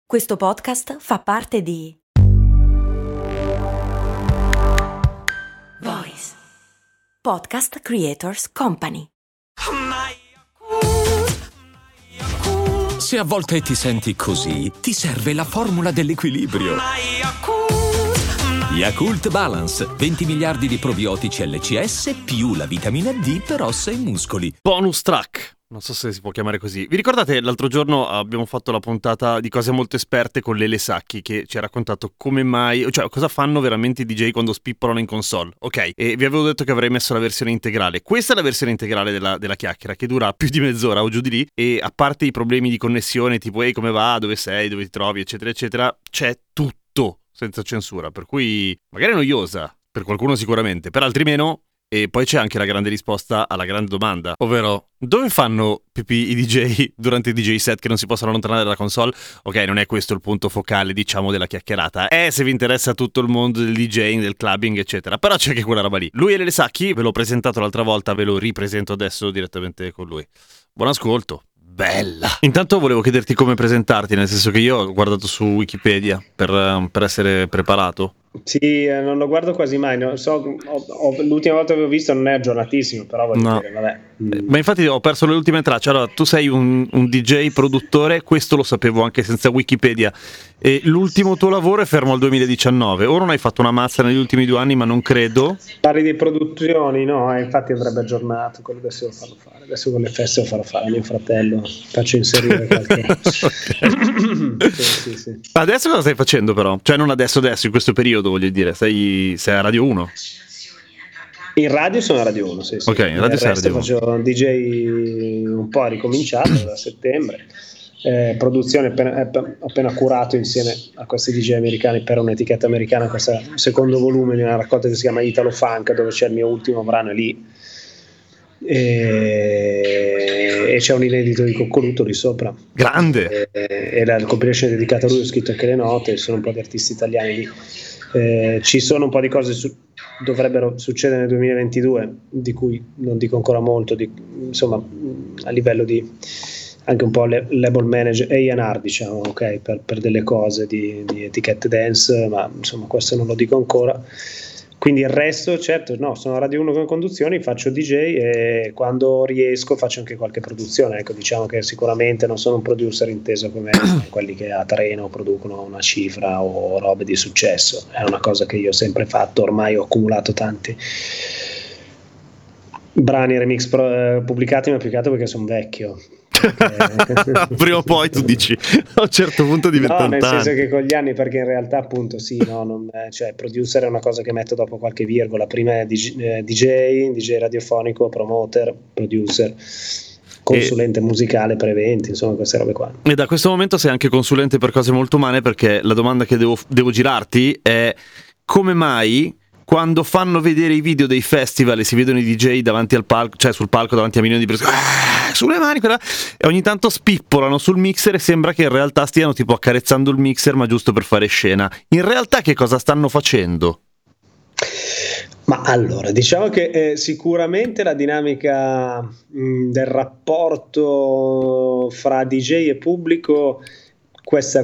Questo podcast fa parte di Voice Podcast Creators Company. Se a volte ti senti così, ti serve la formula dell'equilibrio. Yakult Balance, 20 miliardi di probiotici LCS più la vitamina D per ossa e muscoli. Bonus track, non so se si può chiamare così. Vi ricordate l'altro giorno abbiamo fatto la puntata di cose molto esperte con Lele Sacchi, che ci ha raccontato come mai, cioè cosa fanno veramente i DJ quando spippolano in console, ok? E vi avevo detto che avrei messo la versione integrale. Questa è la versione integrale della chiacchiera, che dura più di mezz'ora o giù di lì, e a parte i problemi di connessione tipo ehi come va, dove sei, dove ti trovi, eccetera eccetera, c'è tutto senza censura, per cui magari è noiosa, per qualcuno sicuramente, per altri meno. E poi c'è anche la grande risposta alla grande domanda, ovvero dove fanno pipì i DJ durante i DJ set che non si possono allontanare dalla console? Ok, non è questo il punto focale, diciamo, della chiacchierata. Se vi interessa tutto il mondo del DJing, del clubbing, eccetera. Però c'è anche quella roba lì. Lui è Lele Sacchi, ve l'ho presentato l'altra volta, ve lo ripresento adesso direttamente con lui. Buon ascolto. Bella. Intanto volevo chiederti come presentarti, nel senso che io ho guardato su Wikipedia per essere preparato. Sì, non lo guardo quasi mai, l'ultima volta che l'ho visto non è aggiornatissimo, però voglio dire, vabbè. Ma infatti ho perso le ultime tracce. Allora, tu sei un DJ produttore, questo lo sapevo anche senza Wikipedia, e l'ultimo tuo lavoro è fermo al 2019. Ora non hai fatto una mazza negli ultimi 2 anni, ma non credo. Parli di produzioni, no? Infatti andrebbe aggiornato, quello adesso lo farò fare. Adesso con le feste lo farò fare a mio fratello, faccio inserire qualche... sì. Adesso cosa stai facendo però? Cioè non adesso, in questo periodo, voglio dire, sei a Radio 1? In radio sono a Radio 1, sì. Ok, in radio sei a Radio 1. Faccio DJ un po', ricominciato da settembre. Produzione appena curato insieme a questi DJ americani per un'etichetta americana, questo secondo volume di una raccolta che si chiama Italo Funk, dove c'è il mio ultimo brano lì, e c'è un inedito di Coccoluto lì sopra, grande, e la compilation è dedicata a lui, ho scritto anche le note, ci sono un po' di artisti italiani lì, ci sono un po' di cose dovrebbero succedere nel 2022, di cui non dico ancora molto, insomma a livello di anche un po' label manager, A&R, diciamo, ok, per delle cose di etichette dance, ma insomma questo non lo dico ancora. Quindi il resto, certo, no, sono a Radio 1 con conduzioni, faccio DJ e quando riesco faccio anche qualche produzione. Ecco, diciamo che sicuramente non sono un producer inteso come quelli che a Treno producono una cifra o robe di successo. È una cosa che io ho sempre fatto, ormai ho accumulato tanti brani remix pubblicati, ma più che altro perché sono vecchio. Prima o poi tu dici a un certo punto diventa nel senso che con gli anni, perché in realtà appunto cioè producer è una cosa che metto dopo qualche virgola, prima è DJ radiofonico, promoter, producer, consulente musicale per eventi, insomma queste robe qua. E da questo momento sei anche consulente per cose molto umane, perché la domanda che devo girarti è: come mai quando fanno vedere i video dei festival e si vedono i DJ davanti al palco, cioè sul palco davanti a milioni di persone, sulle mani, e ogni tanto spippolano sul mixer e sembra che in realtà stiano tipo accarezzando il mixer, ma giusto per fare scena? In realtà che cosa stanno facendo? Ma allora, diciamo che sicuramente la dinamica del rapporto fra DJ e pubblico, questo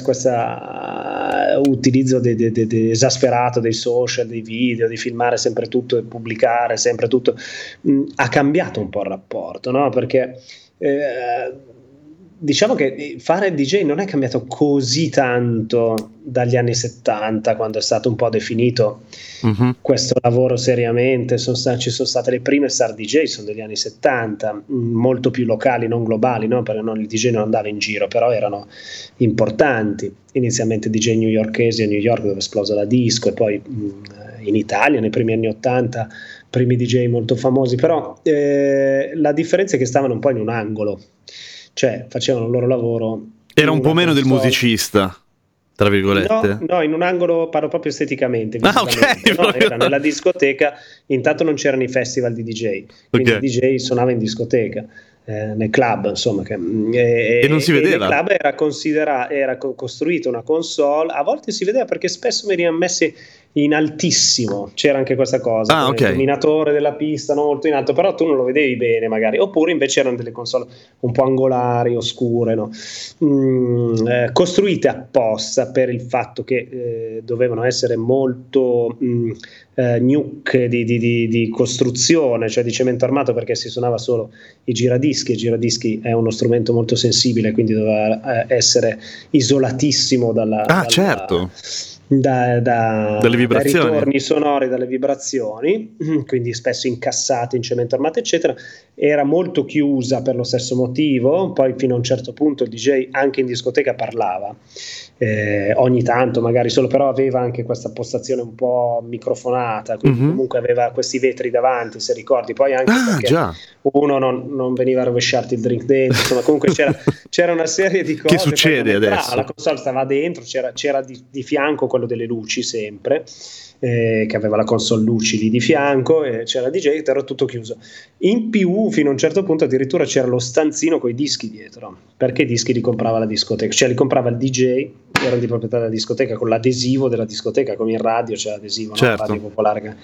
utilizzo esasperato dei social, dei video, di filmare sempre tutto e pubblicare sempre tutto, ha cambiato un po' il rapporto, no? Perché diciamo che fare DJ non è cambiato così tanto dagli anni 70, quando è stato un po' definito questo lavoro seriamente. Ci sono state le prime star DJ, sono degli anni 70, molto più locali, non globali, no? Perché il DJ non andava in giro, però erano importanti. Inizialmente DJ newyorkesi a New York, dove è esplosa la disco, e poi in Italia nei primi anni 80 primi DJ molto famosi, però la differenza è che stavano un po' in un angolo, cioè facevano il loro lavoro. Era un po' meno del musicista, tra virgolette. No, in un angolo, parlo proprio esteticamente, okay, no, era nella discoteca. Intanto non c'erano i festival di DJ, quindi il DJ suonava in discoteca, nel club, insomma, e non si vedeva. Nel club era costruita una console, a volte si vedeva perché spesso venivano messi in altissimo, c'era anche questa cosa, ok. il dominatore della pista molto in alto, però tu non lo vedevi bene magari, oppure invece erano delle console un po' angolari, oscure, no? Costruite apposta per il fatto che dovevano essere molto nuke di costruzione, cioè di cemento armato, perché si suonava solo i giradischi, e il giradischi è uno strumento molto sensibile, quindi doveva essere isolatissimo certo. dalle vibrazioni, dai ritorni sonori, dalle vibrazioni, quindi spesso incassate in cemento armato eccetera. Era molto chiusa per lo stesso motivo, poi fino a un certo punto il DJ anche in discoteca parlava, ogni tanto magari solo, però aveva anche questa postazione un po' microfonata, quindi comunque aveva questi vetri davanti, se ricordi, poi anche perché già. uno non veniva a rovesciarti il drink dentro, insomma comunque c'era una serie di cose che succede adesso? la console stava dentro, c'era di fianco quello delle luci sempre, che aveva la console luci lì di fianco, e c'era il DJ, era tutto chiuso. In più fino a un certo punto addirittura c'era lo stanzino con i dischi dietro, perché i dischi li comprava la discoteca, cioè li comprava il DJ, era di proprietà della discoteca, con l'adesivo della discoteca, come in radio c'è l'adesivo, certo. no? Radio Popolare,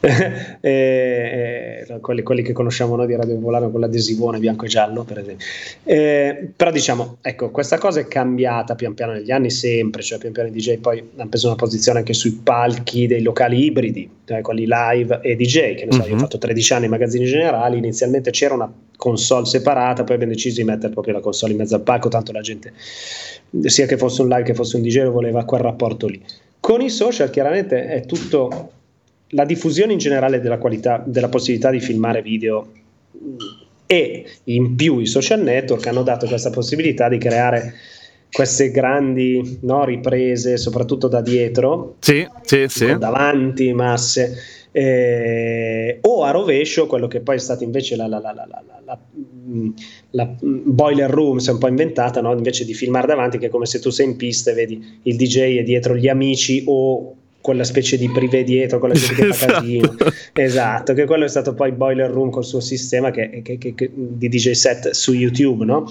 quelli che conosciamo noi di Radio Popolare con l'adesivone bianco e giallo per esempio. Però diciamo, ecco, questa cosa è cambiata pian piano negli anni, sempre, cioè pian piano i DJ poi hanno preso una posizione anche sui palchi dei locali ibridi, cioè quelli live e DJ, che ne so, io ho fatto 13 anni in magazzini generali, inizialmente c'era una console separata, poi abbiamo deciso di mettere proprio la console in mezzo al palco, tanto la gente, sia che fosse un live che fosse un DJ, voleva quel rapporto lì. Con i social chiaramente è tutto, la diffusione in generale della qualità, della possibilità di filmare video, e in più i social network hanno dato questa possibilità di creare queste grandi, no, riprese, soprattutto da dietro, sì. con davanti masse, o a rovescio, quello che poi è stato invece la boiler room, si è un po' inventata, no? Invece di filmare davanti, che è come se tu sei in pista e vedi il DJ e dietro gli amici, o quella specie di privé dietro, quella gente che fa casino. Esatto, che quello è stato poi boiler room col suo sistema che di DJ set su YouTube, no?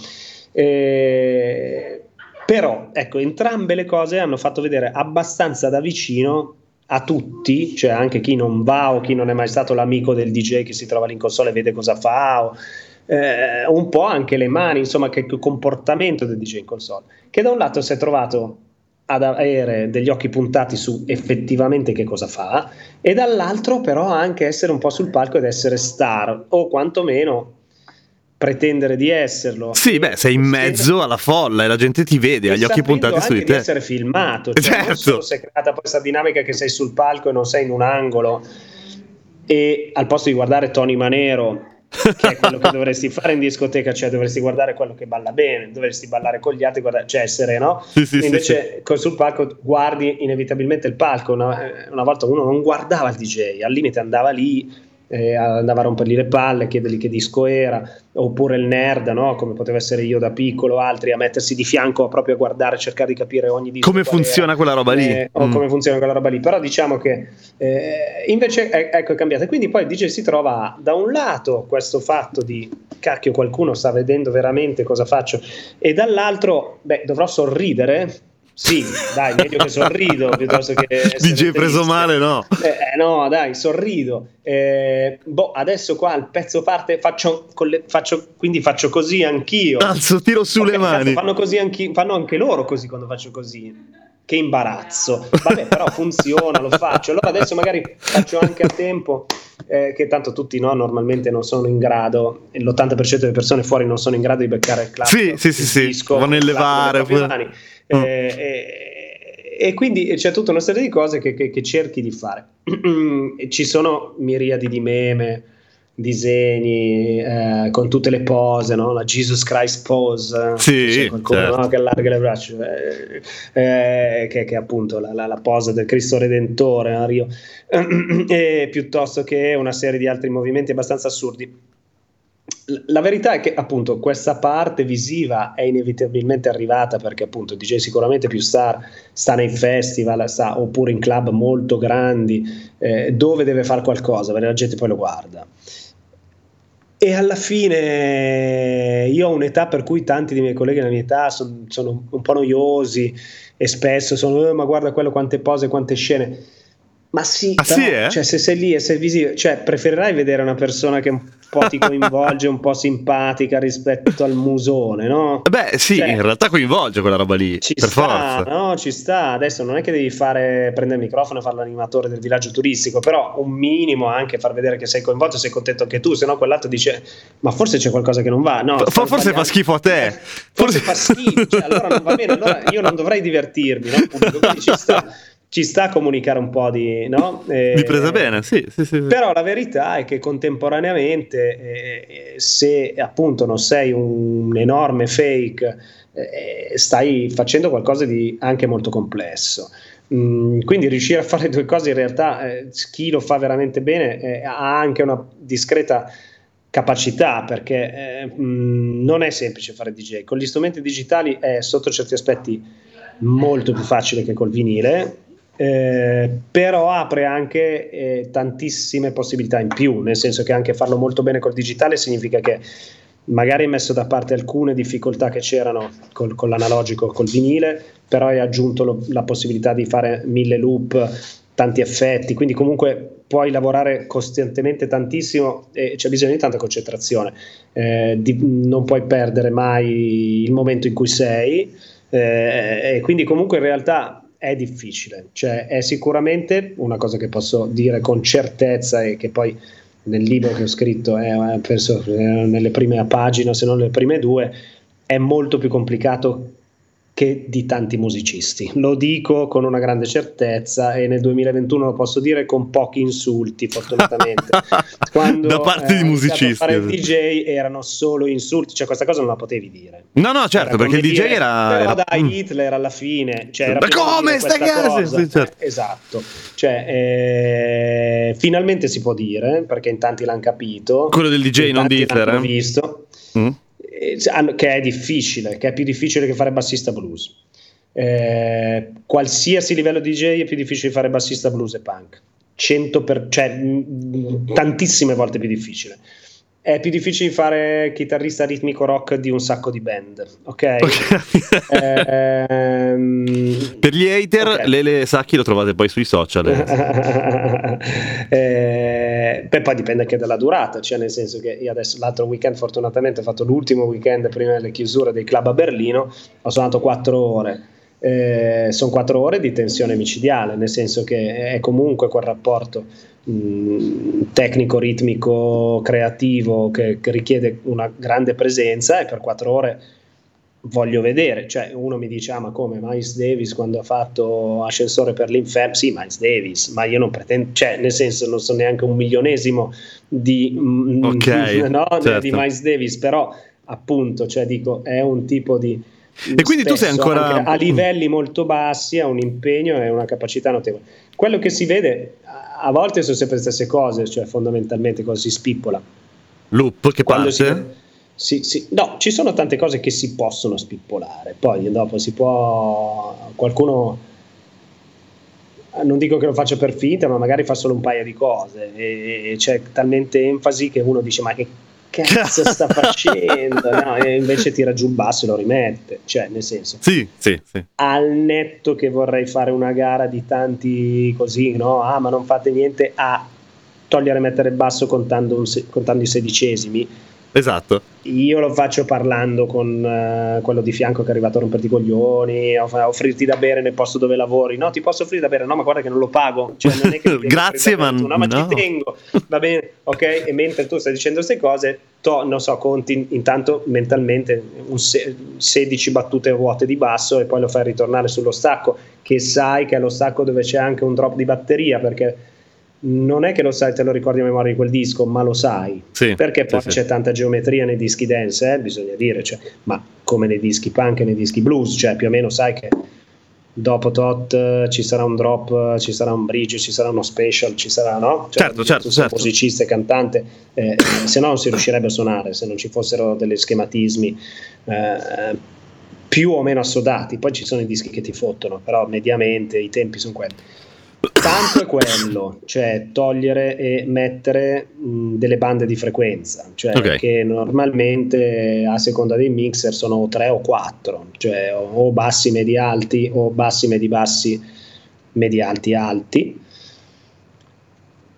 Però ecco, entrambe le cose hanno fatto vedere abbastanza da vicino a tutti, cioè anche chi non va o chi non è mai stato l'amico del DJ che si trova lì in console e vede cosa fa, o un po' anche le mani, insomma, che il comportamento del DJ in console, che da un lato si è trovato ad avere degli occhi puntati su effettivamente che cosa fa, e dall'altro però anche essere un po' sul palco ed essere star, o quantomeno pretendere di esserlo. Sì, beh, sei in mezzo alla folla e la gente ti vede, ha gli occhi puntati su di te. Di essere filmato, cioè certo. Non solo si è creata poi questa dinamica che sei sul palco e non sei in un angolo, e al posto di guardare Tony Manero, che è quello che dovresti fare in discoteca, cioè dovresti guardare quello che balla bene, dovresti ballare con gli altri, cioè essere, no? Sì, invece sul palco guardi inevitabilmente il palco. Una volta uno non guardava il DJ, al limite andava lì, andava a rompergli le palle, chiedergli che disco era, oppure il nerd, no? Come potevo essere io da piccolo, altri a mettersi di fianco proprio a guardare, cercare di capire ogni disco come funziona quella roba lì, o come funziona quella roba lì. Però diciamo che invece ecco, è cambiata, quindi poi il DJ si trova da un lato questo fatto di cacchio, qualcuno sta vedendo veramente cosa faccio, e dall'altro dovrò sorridere. Sì, dai, meglio che sorrido piuttosto che DJ preso male, no? No, dai, sorrido. Adesso qua il pezzo parte, faccio così anch'io. Alzo, tiro su le mani. Fanno anche loro così quando faccio così. Che imbarazzo. Vabbè, però funziona, lo faccio. Allora adesso magari faccio anche a tempo, che tanto tutti, no, normalmente non sono in grado, l'80% delle persone fuori non sono in grado di beccare il clap. Sì. Disco, vanno a levare. E quindi c'è tutta una serie di cose che cerchi di fare. Ci sono miriadi di meme, disegni, con tutte le pose, no? La Jesus Christ pose, c'è qualcuno, certo, no? Che allarga le braccia, che è appunto la posa del Cristo Redentore, no? Rio, piuttosto che una serie di altri movimenti abbastanza assurdi. La verità è che appunto questa parte visiva è inevitabilmente arrivata perché appunto il DJ sicuramente più sta nei festival, oppure in club molto grandi, dove deve fare qualcosa perché la gente poi lo guarda. E alla fine io ho un'età per cui tanti dei miei colleghi della mia età sono un po' noiosi e spesso sono ma guarda quello, quante pose, quante scene. Ma sì, Ah, però, sì, eh? cioè, se sei lì e sei visivo, cioè preferirai vedere una persona che un po' ti coinvolge, un po' simpatica rispetto al musone, no? Beh, sì, in Cioè, realtà coinvolge quella roba lì, ci per sta, forza. no? Ci sta. Adesso non è che devi prendere il microfono e fare l'animatore del villaggio turistico, però un minimo anche far vedere che sei coinvolto, sei contento anche tu, se no quell'altro dice, ma forse c'è qualcosa che non va. No, stai Forse fa sbagliando. schifo a te. Forse fa schifo, cioè, allora non va bene, allora io non dovrei divertirmi, no? Appunto, quindi ci sta a comunicare un po' di, no? Di presa bene, sì, sì, sì. Però la verità è che contemporaneamente, se appunto non sei un enorme fake, stai facendo qualcosa di anche molto complesso. Quindi riuscire a fare due cose in realtà, chi lo fa veramente bene ha anche una discreta capacità, perché non è semplice fare DJ. Con gli strumenti digitali è sotto certi aspetti molto più facile che col vinile, però apre anche tantissime possibilità in più, nel senso che anche farlo molto bene col digitale significa che magari hai messo da parte alcune difficoltà che c'erano con l'analogico, col vinile, però hai aggiunto la possibilità di fare 1000 loop, tanti effetti, quindi comunque puoi lavorare costantemente tantissimo e c'è bisogno di tanta concentrazione, non puoi perdere mai il momento in cui sei, e quindi comunque in realtà è difficile, cioè è sicuramente una cosa che posso dire con certezza e che poi nel libro che ho scritto, penso nelle prime pagine, se non le prime due, è molto più complicato che di tanti musicisti. Lo dico con una grande certezza e nel 2021 lo posso dire con pochi insulti, fortunatamente. Quando da parte di ho iniziato a musicisti. fare il DJ erano solo insulti, cioè questa cosa non la potevi dire. No, certo, perché il DJ però dai, Hitler alla fine, cioè era ma come questa cosa. Sì, certo. Esatto, cioè finalmente si può dire, perché in tanti l'hanno capito, quello del DJ, non di Hitler, l'hanno visto, che è difficile, che è più difficile che fare bassista blues. Qualsiasi livello DJ è più difficile fare bassista blues e punk, tantissime volte più difficile. È più difficile fare chitarrista ritmico rock di un sacco di band, ok? Per gli hater, okay. Lele Sacchi lo trovate poi sui social. Poi dipende anche dalla durata, cioè nel senso che io adesso l'altro weekend fortunatamente ho fatto l'ultimo weekend prima delle chiusure dei club a Berlino, ho suonato 4 ore. Sono 4 ore di tensione micidiale, nel senso che è comunque quel rapporto tecnico, ritmico, creativo che richiede una grande presenza, e per 4 ore voglio vedere, cioè uno mi dice ma come Miles Davis quando ha fatto Ascensore per l'Inferno, sì, Miles Davis, ma io non pretendo, cioè nel senso non so neanche un milionesimo di certo. di Miles Davis, però appunto, cioè dico, è un tipo di e quindi tu sei ancora a livelli molto bassi, ha un impegno e una capacità notevole. Quello che si vede a volte sono sempre le stesse cose, cioè fondamentalmente cosa si spippola. Loop che quando parte? No, ci sono tante cose che si possono spippolare, poi dopo si può, qualcuno, non dico che lo faccia per finta, ma magari fa solo un paio di cose e c'è talmente enfasi che uno dice ma che cazzo sta facendo, no? E invece tira giù il basso e lo rimette, cioè nel senso sì. al netto che vorrei fare una gara di tanti così, no? Ma non fate niente a togliere e mettere il basso contando i sedicesimi. Esatto. Io lo faccio parlando con quello di fianco che è arrivato a romperti i coglioni, a offrirti da bere nel posto dove lavori. No, ti posso offrire da bere, no, ma guarda che non lo pago, cioè non è che grazie, ma no, ma ci tengo, va bene, ok? E mentre tu stai dicendo queste cose, non so, conti intanto mentalmente 16 battute vuote di basso e poi lo fai ritornare sullo stacco, che sai che è lo stacco dove c'è anche un drop di batteria, perché non è che lo sai, te lo ricordi a memoria di quel disco, ma lo sai, perché poi c'è tanta geometria nei dischi dance, bisogna dire, cioè, ma come nei dischi punk e nei dischi blues, cioè più o meno sai che dopo tot ci sarà un drop, ci sarà un bridge, ci sarà uno special, ci sarà, no? Cioè, certo. musicista e cantante, se no non si riuscirebbe a suonare, se non ci fossero degli schematismi più o meno assodati. Poi ci sono i dischi che ti fottono, però mediamente i tempi sono quelli. Tanto è quello, cioè togliere e mettere delle bande di frequenza, cioè che normalmente a seconda dei mixer sono o 3 o 4, cioè o bassi medi alti o bassi medi bassi medi alti alti,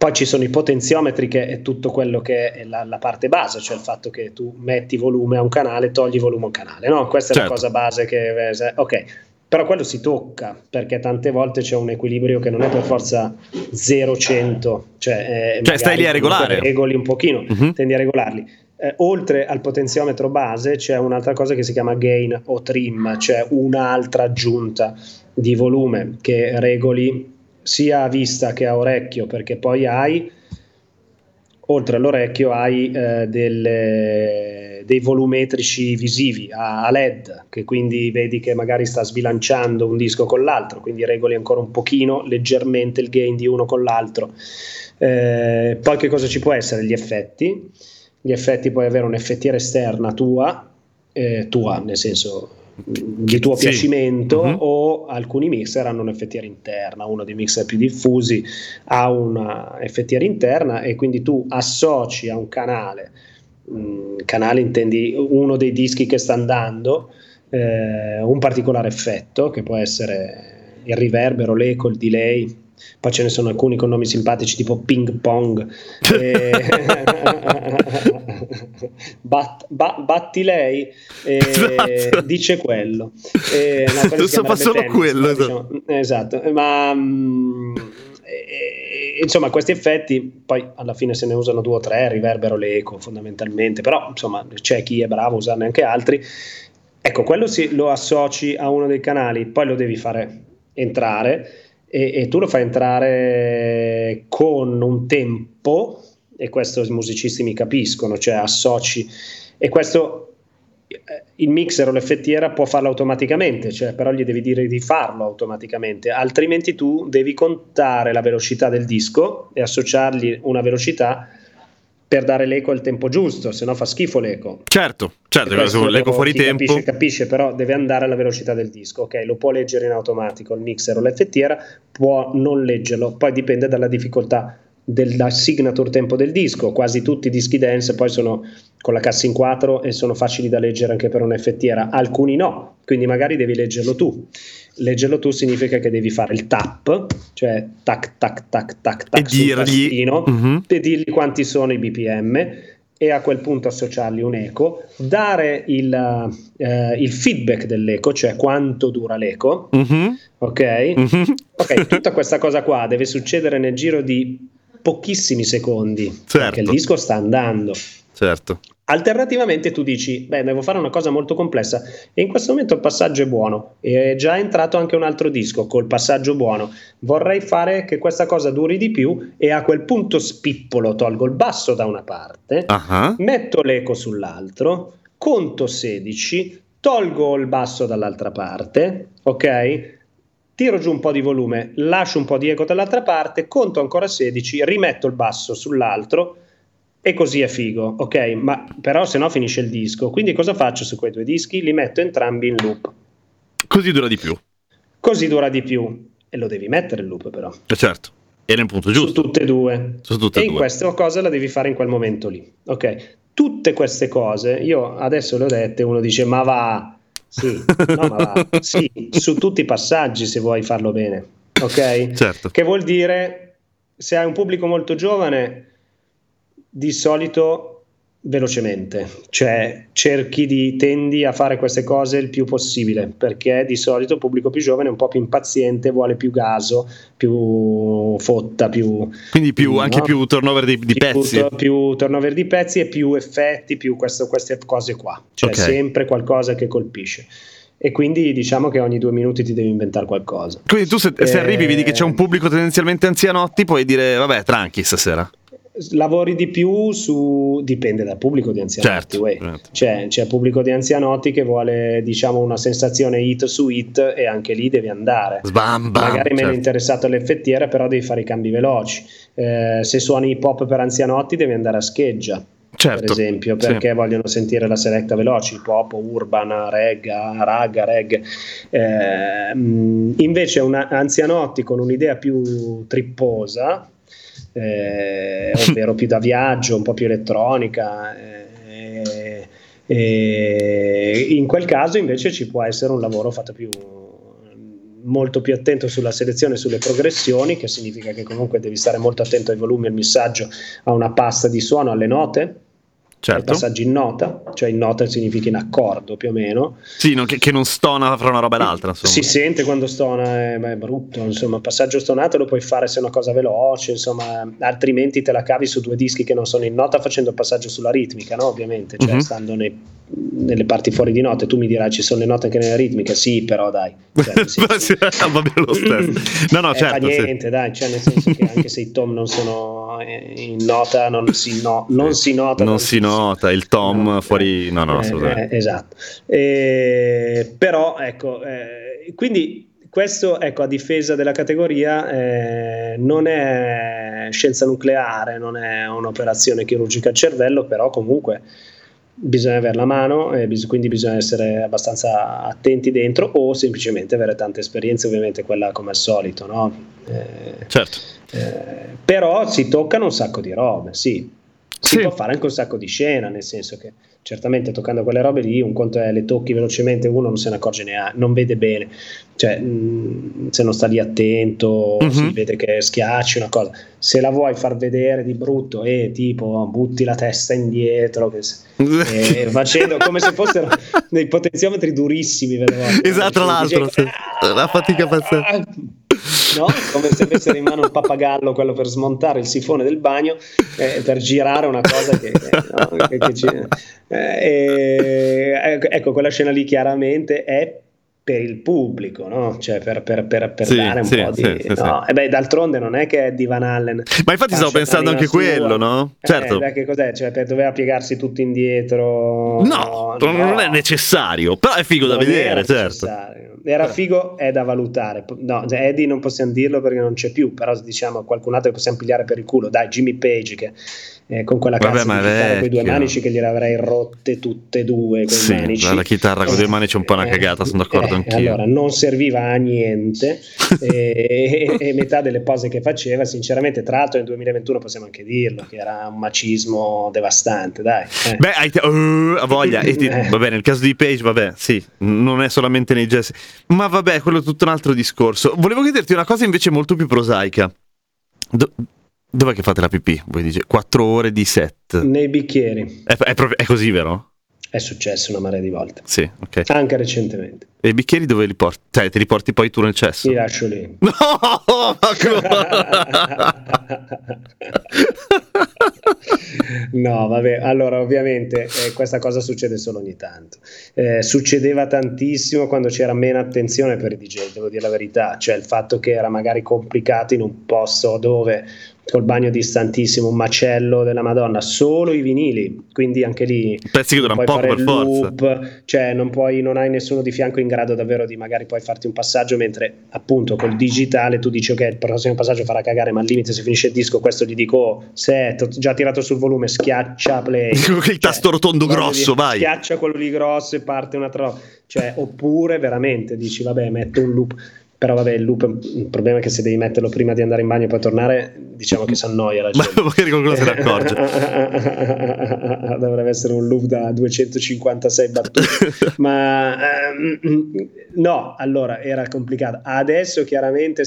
Poi ci sono i potenziometri, che è tutto quello che è la parte base, cioè il fatto che tu metti volume a un canale, togli volume a un canale, no? Questa è la cosa base ok, però quello si tocca, perché tante volte c'è un equilibrio che non è per forza 0-100, cioè stai lì a regolare, regoli un pochino, tendi a regolarli. Oltre al potenziometro base c'è un'altra cosa che si chiama gain o trim, cioè un'altra aggiunta di volume che regoli sia a vista che a orecchio, perché poi oltre all'orecchio hai dei volumetrici visivi a LED, che quindi vedi che magari sta sbilanciando un disco con l'altro, quindi regoli ancora un pochino leggermente il gain di uno con l'altro. Poi che cosa ci può essere? Gli effetti, puoi avere un'effettiera esterna tua nel senso di tuo piacimento, o alcuni mixer hanno un'effettiera interna. Uno dei mixer più diffusi ha una effettiera interna, e quindi tu associ a un canale intendi uno dei dischi che sta andando, un particolare effetto che può essere il riverbero, l'eco, il delay. Poi ce ne sono alcuni con nomi simpatici tipo ping pong, batti lei, esatto. Dice quello, fa solo tennis, quello, diciamo, esatto, ma insomma questi effetti poi alla fine se ne usano 2 o 3, riverbero, l'eco fondamentalmente, però insomma c'è chi è bravo a usarne anche altri. Ecco, quello lo associ a uno dei canali, poi lo devi fare entrare, e tu lo fai entrare con un tempo, e questo i musicisti mi capiscono, cioè associ, e questo il mixer o l'effettiera può farlo automaticamente, cioè però gli devi dire di farlo automaticamente, altrimenti tu devi contare la velocità del disco e associargli una velocità per dare l'eco al tempo giusto, se no fa schifo l'eco. Certo, l'eco fuori tempo. Capisce, però deve andare alla velocità del disco. Ok, lo può leggere in automatico il mixer o l'effettiera, può non leggerlo, poi dipende dalla difficoltà della signature tempo del disco. Quasi tutti i dischi dance poi sono con la cassa in 4 e sono facili da leggere anche per un'effettiera, alcuni no, quindi magari devi leggerlo tu. Leggerlo tu significa che devi fare il tap, cioè tac tac tac tac tac sul tastino, e dirgli quanti sono i BPM, e a quel punto associargli un eco, dare il feedback dell'eco, cioè quanto dura l'eco. Ok, tutta questa cosa qua deve succedere nel giro di pochissimi secondi, perché il disco sta andando. Certo. Alternativamente tu dici, devo fare una cosa molto complessa, e in questo momento il passaggio è buono, è già entrato anche un altro disco col passaggio buono, vorrei fare che questa cosa duri di più, e a quel punto spippolo, tolgo il basso da una parte, metto l'eco sull'altro, conto 16, tolgo il basso dall'altra parte, ok? Tiro giù un po' di volume, lascio un po' di eco dall'altra parte, conto ancora 16, rimetto il basso sull'altro, e così è figo, ok? Ma però se no finisce il disco. Quindi cosa faccio su quei 2 dischi? Li metto entrambi in loop. Così dura di più. E lo devi mettere in loop, però. Certo. E nel punto giusto. Su tutte e due. In questa cosa la devi fare in quel momento lì. Ok? Tutte queste cose, io adesso le ho dette, uno dice, ma va. Sì, no, ma va. Sì, su tutti i passaggi, se vuoi farlo bene. Ok? Certo. Che vuol dire, se hai un pubblico molto giovane, di solito velocemente, cioè tendi a fare queste cose il più possibile, perché di solito il pubblico più giovane è un po' più impaziente, vuole più gaso, più fotta, quindi anche più turnover di pezzi, più turnover di pezzi e più effetti, più queste cose qua, cioè sempre qualcosa che colpisce. E quindi diciamo che ogni 2 minuti ti devi inventare qualcosa. Quindi tu se arrivi, vedi che c'è un pubblico tendenzialmente anzianotti, puoi dire vabbè, tranqui stasera. Lavori di più dipende dal pubblico di anzianotti, certo. C'è pubblico di anzianotti che vuole, diciamo, una sensazione hit su hit, e anche lì devi andare. Magari meno interessato all'effettiera, però devi fare i cambi veloci. Se suoni hip hop per anzianotti devi andare a scheggia, per esempio, perché vogliono sentire la selecta veloce, hip hop, urban, reggae. Invece anzianotti con un'idea più tripposa, ovvero più da viaggio, un po' più elettronica, in quel caso invece ci può essere un lavoro fatto più molto più attento sulla selezione, sulle progressioni, che significa che comunque devi stare molto attento ai volumi, al missaggio, a una pasta di suono, alle note, ai passaggi in nota, cioè in nota significa in accordo più o meno. Sì, che non stona fra una roba e l'altra, insomma. Si sente quando stona, è brutto, insomma, passaggio stonato lo puoi fare se è una cosa veloce, insomma, altrimenti te la cavi su 2 dischi che non sono in nota facendo il passaggio sulla ritmica, no? Ovviamente, cioè stando nelle parti fuori di note. Tu mi dirai ci sono le note anche nella ritmica, sì, però dai, cioè, va bene lo stesso. No, certo, fa niente, dai, cioè nel senso che anche se i tom non sono in nota, non si nota il tom fuori, no, assolutamente. Esatto. Però ecco, quindi questo, ecco, a difesa della categoria, non è scienza nucleare, non è un'operazione chirurgica al cervello, però comunque bisogna avere la mano, quindi bisogna essere abbastanza attenti dentro, o semplicemente avere tante esperienze, ovviamente quella come al solito, no? Certo. Però si toccano un sacco di robe, si può fare anche un sacco di scena, nel senso che certamente toccando quelle robe lì, un conto è le tocchi velocemente, uno non se ne accorge neanche, non vede bene, cioè se non sta lì attento, si vede che schiacci una cosa. Se la vuoi far vedere di brutto e tipo butti la testa indietro facendo come se fossero dei potenziometri durissimi, esatto, tra l'altro la fatica pazzesca, no? Come se avessero in mano un pappagallo, quello per smontare il sifone del bagno, per girare una cosa ecco, quella scena lì chiaramente è per il pubblico, no? Cioè per dare un po' di no? E d'altronde non è che è di Van Allen, ma infatti stavo pensando anche quello, no? Certo. Che cos'è? Cioè doveva piegarsi tutto indietro, no, non è necessario, però è figo da vedere, certo. Era figo, è da valutare. No, Eddie non possiamo dirlo perché non c'è più, però diciamo qualcun altro che possiamo pigliare per il culo, dai, Jimmy Page, che con quella cazzo di chitarra con i 2 manici che gliele avrei rotte tutte e 2 quei manici. La chitarra con 2 manici è un po' una cagata, sono d'accordo anch'io. Allora non serviva a niente e metà delle pose che faceva, sinceramente, tra l'altro nel 2021 possiamo anche dirlo, che era un macismo devastante, dai. A voglia. Vabbè, nel caso di Page, vabbè, sì, non è solamente nei jazz, ma vabbè, quello è tutto un altro discorso. Volevo chiederti una cosa invece molto più prosaica. Dov'è che fate la pipì? Voi dice 4 ore di set. Nei bicchieri. È così, vero? È successo una marea di volte. Sì, ok. Anche recentemente. E i bicchieri dove li porti? Cioè, te li porti poi tu nel cesso? Li lascio lì. No! No, vabbè, allora ovviamente questa cosa succede solo ogni tanto. Succedeva tantissimo quando c'era meno attenzione per i DJ, devo dire la verità, cioè il fatto che era magari complicato in un posto dove col bagno distantissimo, un macello della Madonna, solo i vinili, quindi anche lì pezzi che durano poco per forza, cioè non hai nessuno di fianco in grado davvero di magari poi farti un passaggio, mentre appunto col digitale tu dici ok, il prossimo passaggio farà cagare, ma al limite se finisce il disco questo gli dico set, ho già tirato sul volume, schiaccia play, il tasto rotondo grosso, vai, schiaccia quello lì grosso e parte un'altra roba, cioè, oppure veramente dici vabbè, metto un loop. Però vabbè, il problema è che se devi metterlo prima di andare in bagno e poi tornare, diciamo che si annoia la gente. Ma magari qualcuno se ne accorge. Dovrebbe essere un loop da 256 battute. Ma no, allora era complicato. Adesso chiaramente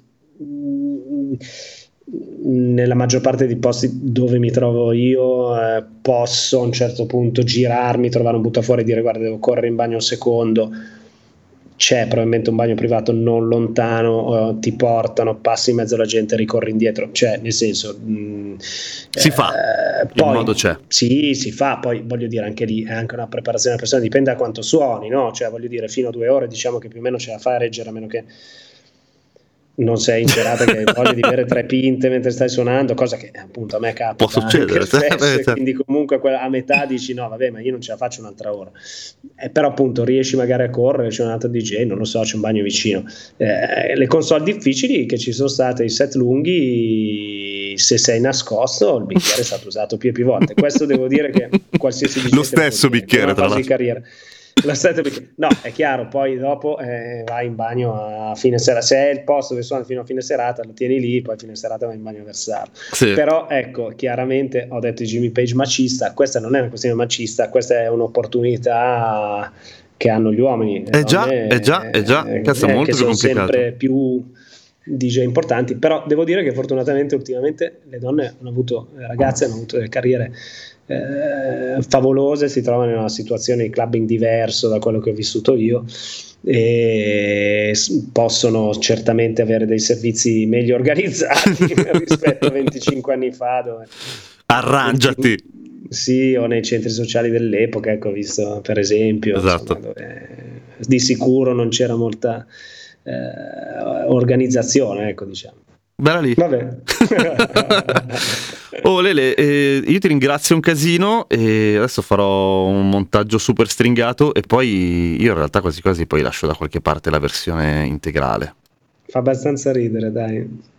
nella maggior parte dei posti dove mi trovo io posso a un certo punto girarmi, trovare un buttafuori e dire guarda, devo correre in bagno un secondo. C'è probabilmente un bagno privato non lontano, ti portano, passi in mezzo alla gente, ricorri indietro, cioè nel senso si fa, poi, il modo c'è. Sì, si fa, poi voglio dire anche lì è anche una preparazione della persona, dipende da quanto suoni, no? Cioè voglio dire fino a 2 ore diciamo che più o meno ce la fai a reggere, a meno che non sei in serata che hai voglia di bere 3 pinte mentre stai suonando, cosa che appunto a me capita, può succedere spesso, quindi comunque a metà dici no vabbè, ma io non ce la faccio un'altra ora, però appunto riesci magari a correre, c'è un altro DJ, non lo so, c'è un bagno vicino, le console difficili che ci sono state, i set lunghi, se sei nascosto il bicchiere è stato usato più e più volte, questo devo dire che qualsiasi DJ lo stesso bicchiere tra l'altro, carriera. No, è chiaro, poi dopo vai in bagno a fine sera, se è il posto dove suona fino a fine serata lo tieni lì, poi a fine serata vai in bagno a versarlo, sì. Però ecco, chiaramente ho detto Jimmy Page macista, questa non è una questione macista, questa è un'opportunità che hanno gli uomini. È già, cazzo, è molto che più sono complicato. sempre più DJ importanti, però devo dire che fortunatamente ultimamente le donne hanno avuto, le ragazze hanno avuto delle carriere favolose, si trovano in una situazione di clubbing diverso da quello che ho vissuto io e possono certamente avere dei servizi meglio organizzati rispetto a 25 anni fa dove arrangiati. sì, o nei centri sociali dell'epoca, ecco, visto per esempio, esatto. insomma, dove di sicuro non c'era molta organizzazione, ecco, diciamo. Bella lì. Vabbè. Oh Lele, io ti ringrazio un casino e adesso farò un montaggio super stringato e poi io in realtà quasi quasi poi lascio da qualche parte la versione integrale. Fa abbastanza ridere, dai.